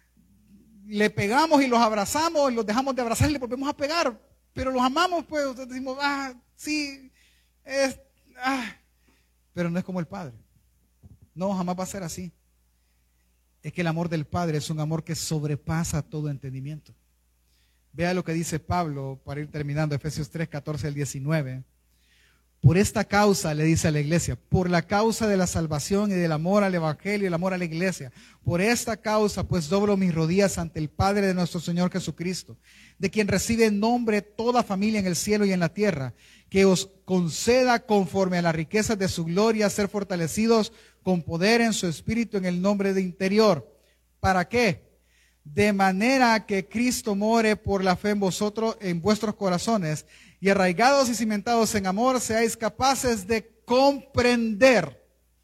le pegamos y los abrazamos, y los dejamos de abrazar y le volvemos a pegar, pero los amamos, pues, entonces decimos, ah, sí, es, ah, pero no es como el Padre. No, jamás va a ser así. Es que el amor del Padre es un amor que sobrepasa todo entendimiento. Vea lo que dice Pablo para ir terminando, Efesios tres, catorce al diecinueve. Por esta causa, le dice a la iglesia, por la causa de la salvación y del amor al evangelio y el amor a la iglesia, por esta causa, pues doblo mis rodillas ante el Padre de nuestro Señor Jesucristo, de quien recibe nombre toda familia en el cielo y en la tierra, que os conceda conforme a las riquezas de su gloria ser fortalecidos con poder en su espíritu en el nombre de interior. ¿Para qué? De manera que Cristo more por la fe en vosotros, en vuestros corazones, y arraigados y cimentados en amor, seáis capaces de comprender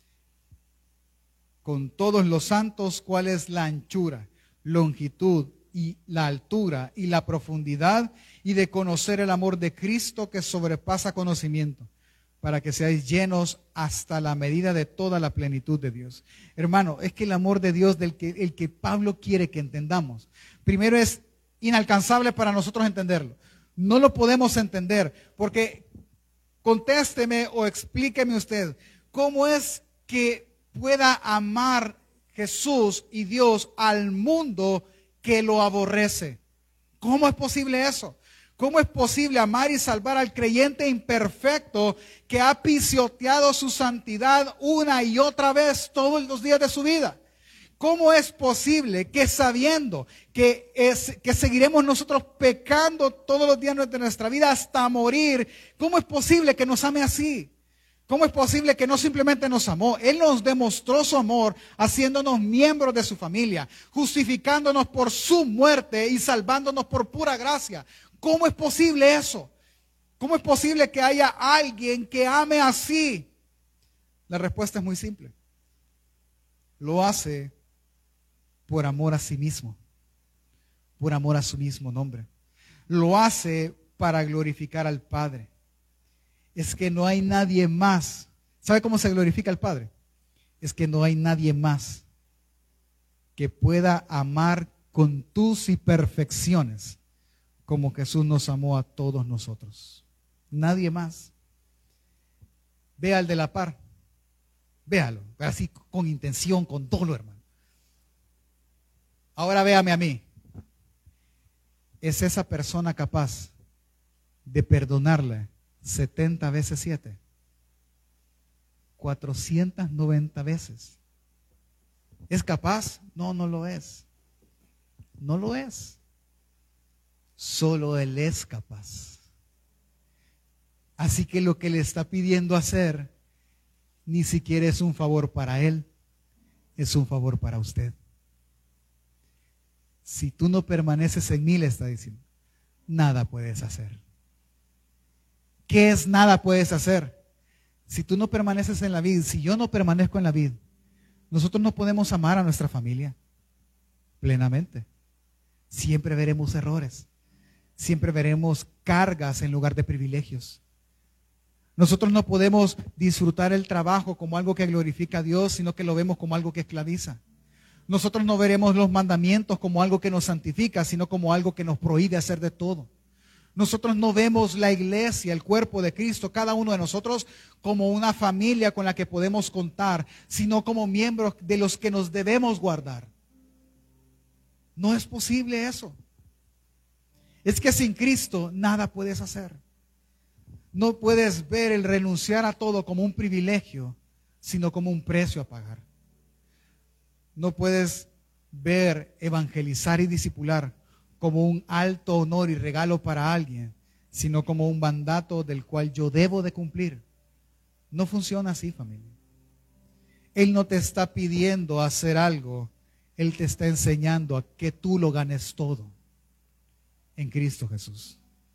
con todos los santos cuál es la anchura, longitud y la altura y la profundidad, y de conocer el amor de Cristo que sobrepasa conocimiento, para que seáis llenos hasta la medida de toda la plenitud de Dios. Hermano, es que el amor de Dios del que, el que Pablo quiere que entendamos, primero es inalcanzable para nosotros entenderlo. No lo podemos entender, porque contésteme o explíqueme usted, ¿cómo es que pueda amar Jesús y Dios al mundo que lo aborrece? ¿Cómo es posible eso? ¿Cómo es posible amar y salvar al creyente imperfecto que ha pisoteado su santidad una y otra vez todos los días de su vida? ¿Cómo es posible que sabiendo que, es, que seguiremos nosotros pecando todos los días de nuestra vida hasta morir, cómo es posible que nos ame así? ¿Cómo es posible que no simplemente nos amó? Él nos demostró su amor haciéndonos miembros de su familia, justificándonos por su muerte y salvándonos por pura gracia. ¿Cómo es posible eso? ¿Cómo es posible que haya alguien que ame así? La respuesta es muy simple. Lo hace por amor a sí mismo, por amor a su mismo nombre. Lo hace para glorificar al Padre. Es que no hay nadie más. ¿Sabe cómo se glorifica al Padre? Es que no hay nadie más que pueda amar con tus imperfecciones como Jesús nos amó a todos nosotros. Nadie más. Vea al de la par. Véalo, así con intención, con dolo, hermano. Ahora véame a mí. ¿Es esa persona capaz de perdonarle setenta veces siete? cuatrocientas noventa veces. ¿Es capaz? No, no lo es. No lo es. Solo Él es capaz. Así que lo que le está pidiendo hacer ni siquiera es un favor para Él, es un favor para usted. Si tú no permaneces en mí, le está diciendo, nada puedes hacer. ¿Qué es nada puedes hacer? Si tú no permaneces en la vid, si yo no permanezco en la vid, nosotros no podemos amar a nuestra familia plenamente. siempre veremos errores. Siempre veremos cargas en lugar de privilegios. Nosotros no podemos disfrutar el trabajo como algo que glorifica a Dios, sino que lo vemos como algo que esclaviza. Nosotros no veremos los mandamientos como algo que nos santifica, sino como algo que nos prohíbe hacer de todo. Nosotros no vemos la iglesia, el cuerpo de Cristo, cada uno de nosotros como una familia con la que podemos contar, sino como miembros de los que nos debemos guardar. No es posible eso. Es que sin Cristo nada puedes hacer. No puedes ver el renunciar a todo como un privilegio, sino como un precio a pagar. No puedes ver evangelizar y discipular como un alto honor y regalo para alguien, sino como un mandato del cual yo debo de cumplir. No funciona así, familia. Él no te está pidiendo hacer algo, Él te está enseñando a que tú lo ganes todo en Cristo Jesús.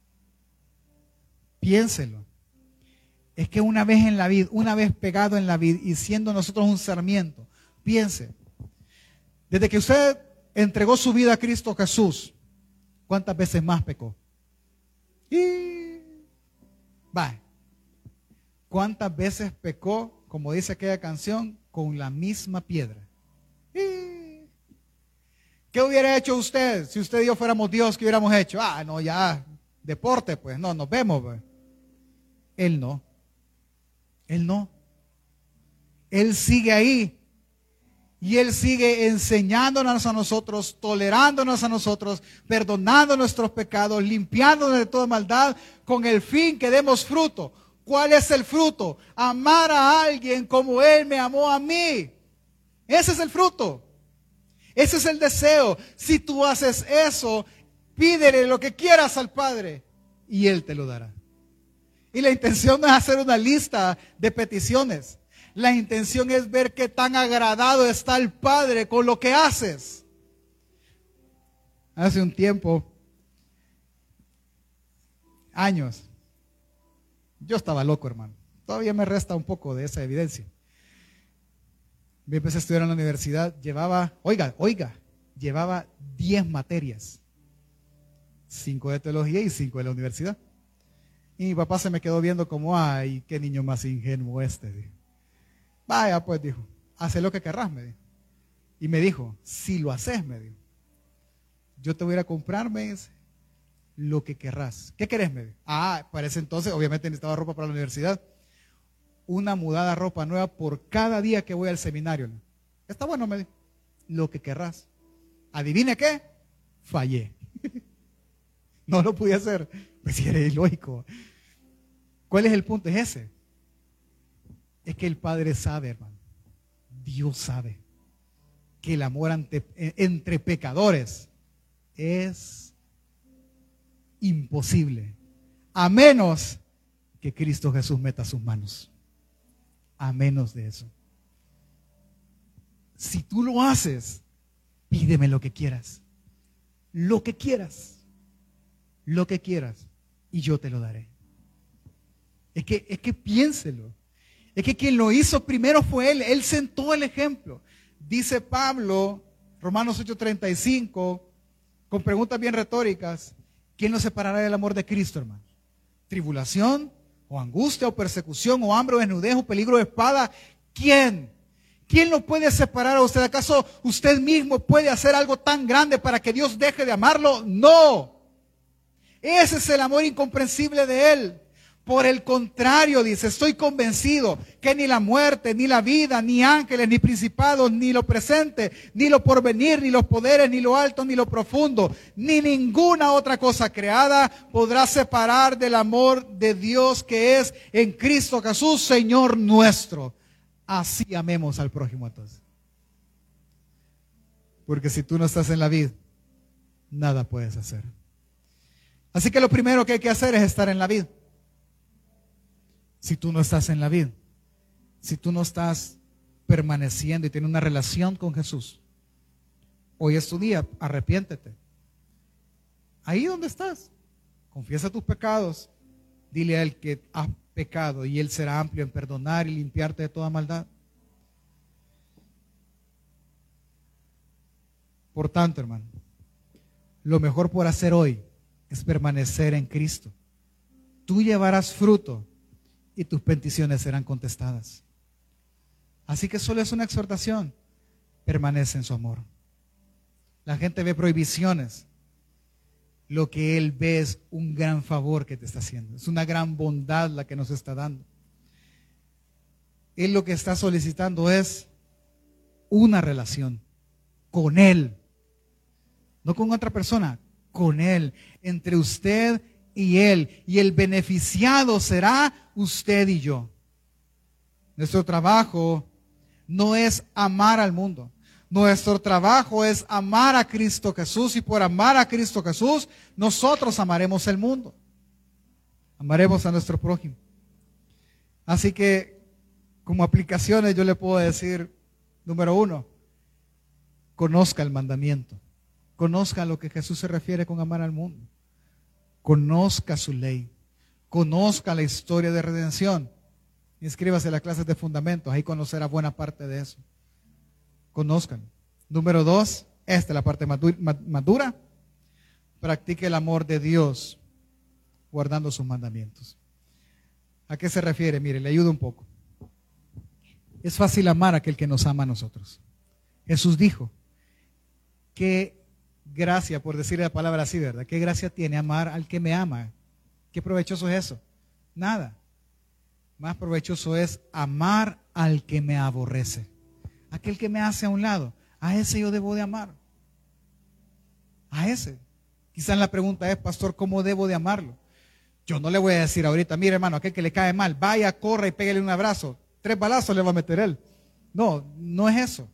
Piénselo. Es que una vez en la vid, una vez pegado en la vid y siendo nosotros un sarmiento, piense, desde que usted entregó su vida a Cristo Jesús, ¿cuántas veces más pecó? Y va. ¿Cuántas veces pecó, como dice aquella canción, con la misma piedra? Y ¿qué hubiera hecho usted si usted y yo fuéramos Dios? ¿Qué hubiéramos hecho? Ah, no, ya, deporte, pues, no, nos vemos, pues. Él no. Él no. Él sigue ahí. Y Él sigue enseñándonos a nosotros, tolerándonos a nosotros, perdonando nuestros pecados, limpiándonos de toda maldad, con el fin que demos fruto. ¿Cuál es el fruto? Amar a alguien como Él me amó a mí. Ese es el fruto. Ese es el deseo. Si tú haces eso, pídele lo que quieras al Padre y Él te lo dará. Y la intención no es hacer una lista de peticiones. La intención es ver qué tan agradado está el Padre con lo que haces. Hace un tiempo, años, yo estaba loco, hermano. Todavía me resta un poco de esa evidencia. Me empecé a estudiar en la universidad. Llevaba, oiga, oiga, llevaba diez materias. Cinco de teología y cinco de la universidad. Y mi papá se me quedó viendo como, ay, qué niño más ingenuo este. Dijo. Vaya, pues, dijo, haz lo que querrás, me dijo. Y me dijo, si lo haces, me dijo, yo te voy a ir a comprarme lo que querrás. ¿Qué querés, me dijo? Ah, para ese entonces, obviamente necesitaba ropa para la universidad. Una mudada ropa nueva por cada día que voy al seminario. Está bueno, me dijo, lo que querrás. ¿Adivine qué? Fallé. No lo pude hacer. Pues si era ilógico. ¿Cuál es el punto? Es ese. Es que el Padre sabe, hermano. Dios sabe que el amor ante, entre pecadores es imposible. A menos que Cristo Jesús meta sus manos. A menos de eso. Si tú lo haces, pídeme lo que quieras. Lo que quieras. Lo que quieras. Y yo te lo daré. Es que, es que piénselo. Es que quien lo hizo primero fue Él. Él sentó el ejemplo. Dice Pablo, Romanos ocho treinta y cinco, con preguntas bien retóricas, ¿quién nos separará del amor de Cristo, hermanos? ¿Tribulación, o angustia, o persecución, o hambre, o desnudez, o peligro de espada? ¿Quién? ¿Quién lo puede separar a usted? ¿Acaso usted mismo puede hacer algo tan grande para que Dios deje de amarlo? No. Ese es el amor incomprensible de Él. Por el contrario, dice, estoy convencido que ni la muerte, ni la vida, ni ángeles, ni principados, ni lo presente, ni lo porvenir, ni los poderes, ni lo alto, ni lo profundo, ni ninguna otra cosa creada podrá separar del amor de Dios que es en Cristo Jesús, Señor nuestro. Así amemos al prójimo entonces. Porque si tú no estás en la vid, nada puedes hacer. Así que lo primero que hay que hacer es estar en la vid. Si tú no estás en la vid, si tú no estás permaneciendo y tienes una relación con Jesús, hoy es tu día, arrepiéntete. Ahí donde estás, confiesa tus pecados, dile a Él que has pecado y Él será amplio en perdonar y limpiarte de toda maldad. Por tanto, hermano, lo mejor por hacer hoy es permanecer en Cristo. Tú llevarás fruto y tus peticiones serán contestadas. Así que solo es una exhortación. Permanece en su amor. La gente ve prohibiciones. Lo que Él ve es un gran favor que te está haciendo. Es una gran bondad la que nos está dando. Él lo que está solicitando es una relación con Él. No con otra persona, con Él. Entre usted y Él. Y el beneficiado será usted y yo. Nuestro trabajo no es amar al mundo. Nuestro trabajo es amar a Cristo Jesús, y por amar a Cristo Jesús, nosotros amaremos el mundo. Amaremos a nuestro prójimo. Así que, como aplicaciones, yo le puedo decir, número uno, conozca el mandamiento. Conozca a lo que Jesús se refiere con amar al mundo. Conozca su ley. Conozca la historia de redención. Inscríbase en las clases de fundamentos, ahí conocerá buena parte de eso. Conozcan. Número dos, esta es la parte madura. Practique el amor de Dios guardando sus mandamientos. ¿A qué se refiere? Mire, le ayudo un poco. Es fácil amar a aquel que nos ama a nosotros. Jesús dijo, qué gracia, por decir la palabra así, ¿verdad? Qué gracia tiene amar al que me ama. ¿Qué provechoso es eso? Nada. Más provechoso es amar al que me aborrece. Aquel que me hace a un lado, a ese yo debo de amar. A ese. Quizás la pregunta es, pastor, ¿cómo debo de amarlo? Yo no le voy a decir ahorita, mire hermano, aquel que le cae mal, vaya, corra y pégale un abrazo. Tres balazos le va a meter él. No, no es eso.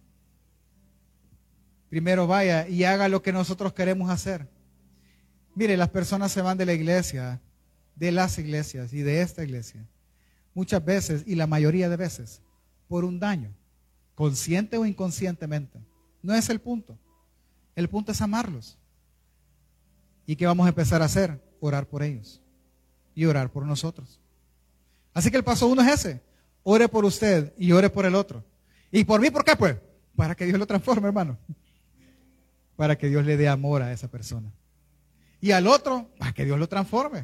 Primero vaya y haga lo que nosotros queremos hacer. Mire, las personas se van de la iglesia, de las iglesias y de esta iglesia, muchas veces, y la mayoría de veces, por un daño. Consciente o inconscientemente. No es el punto. El punto es amarlos. ¿Y qué vamos a empezar a hacer? Orar por ellos. Y orar por nosotros. Así que el paso uno es ese. Ore por usted y ore por el otro. ¿Y por mí por qué pues? Para que Dios lo transforme, hermano. Para que Dios le dé amor a esa persona. Y al otro, para que Dios lo transforme.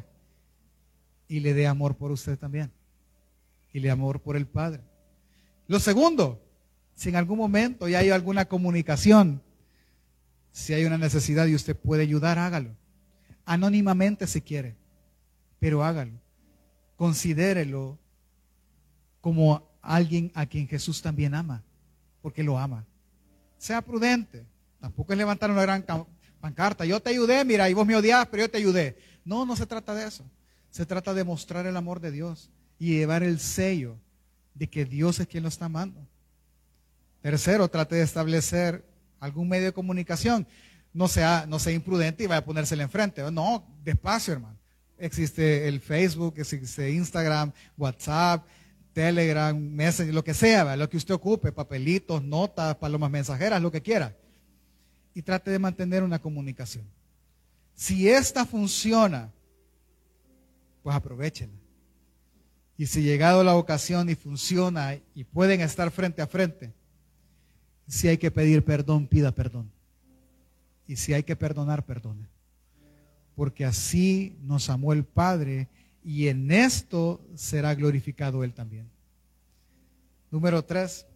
Y le dé amor por usted también. Y le dé amor por el Padre. Lo segundo, si en algún momento ya hay alguna comunicación, si hay una necesidad y usted puede ayudar, hágalo. Anónimamente si quiere, pero hágalo. Considérelo como alguien a quien Jesús también ama, porque lo ama. Sea prudente. Tampoco es levantar una gran pancarta. Yo te ayudé, mira, y vos me odiabas, pero yo te ayudé. No, no se trata de eso. Se trata de mostrar el amor de Dios y llevar el sello de que Dios es quien lo está amando. Tercero, trate de establecer algún medio de comunicación. No sea, no sea imprudente y vaya a ponérsela enfrente. No, despacio, hermano. Existe el Facebook, existe Instagram, WhatsApp, Telegram, Messenger, lo que sea, ¿verdad? Lo que usted ocupe, papelitos, notas, palomas mensajeras, lo que quiera. Y trate de mantener una comunicación. Si esta funciona, pues aprovechenla. Y si llegado la ocasión y funciona y pueden estar frente a frente, si hay que pedir perdón, pida perdón. Y si hay que perdonar, perdone. Porque así nos amó el Padre y en esto será glorificado Él también. Número tres.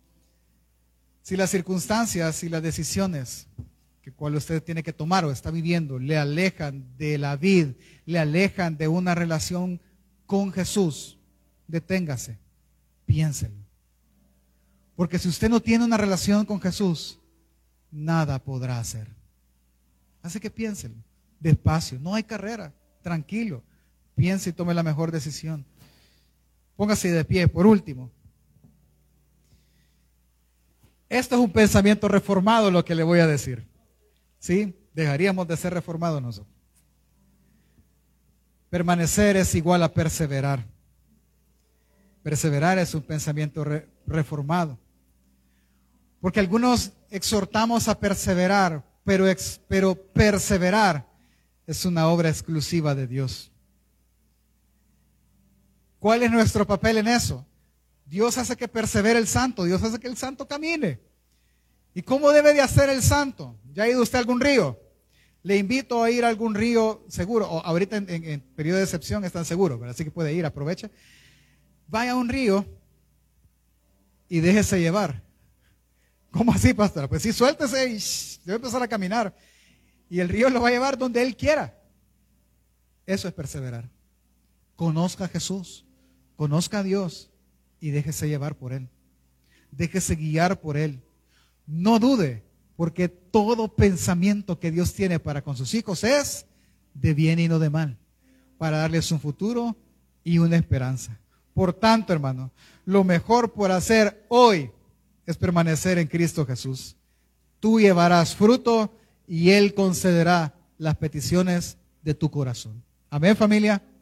Si las circunstancias y las decisiones que cual usted tiene que tomar o está viviendo le alejan de la vid, le alejan de una relación con Jesús, deténgase, piénselo. Porque si usted no tiene una relación con Jesús, nada podrá hacer. Así que piénselo, despacio, no hay carrera, tranquilo, piense y tome la mejor decisión. Póngase de pie, por último. Esto es un pensamiento reformado lo que le voy a decir. ¿Sí? Dejaríamos de ser reformados nosotros. Permanecer es igual a perseverar. Perseverar es un pensamiento re- reformado. Porque algunos exhortamos a perseverar, pero, ex, pero perseverar es una obra exclusiva de Dios. ¿Cuál es nuestro papel en eso? Dios hace que persevere el santo, Dios hace que el santo camine. ¿Y cómo debe de hacer el santo? ¿Ya ha ido usted a algún río? Le invito a ir a algún río seguro, o ahorita en, en, en periodo de excepción están seguros, ¿verdad? Así que puede ir, aproveche. Vaya a un río y déjese llevar. ¿Cómo así, pastor? Pues sí, suéltese y shh, debe empezar a caminar. Y el río lo va a llevar donde Él quiera. Eso es perseverar. Conozca a Jesús, conozca a Dios y déjese llevar por Él. Déjese guiar por Él. No dude, porque todo pensamiento que Dios tiene para con sus hijos es de bien y no de mal, para darles un futuro y una esperanza. Por tanto, hermano, lo mejor por hacer hoy es permanecer en Cristo Jesús. Tú llevarás fruto y Él concederá las peticiones de tu corazón. Amén, familia.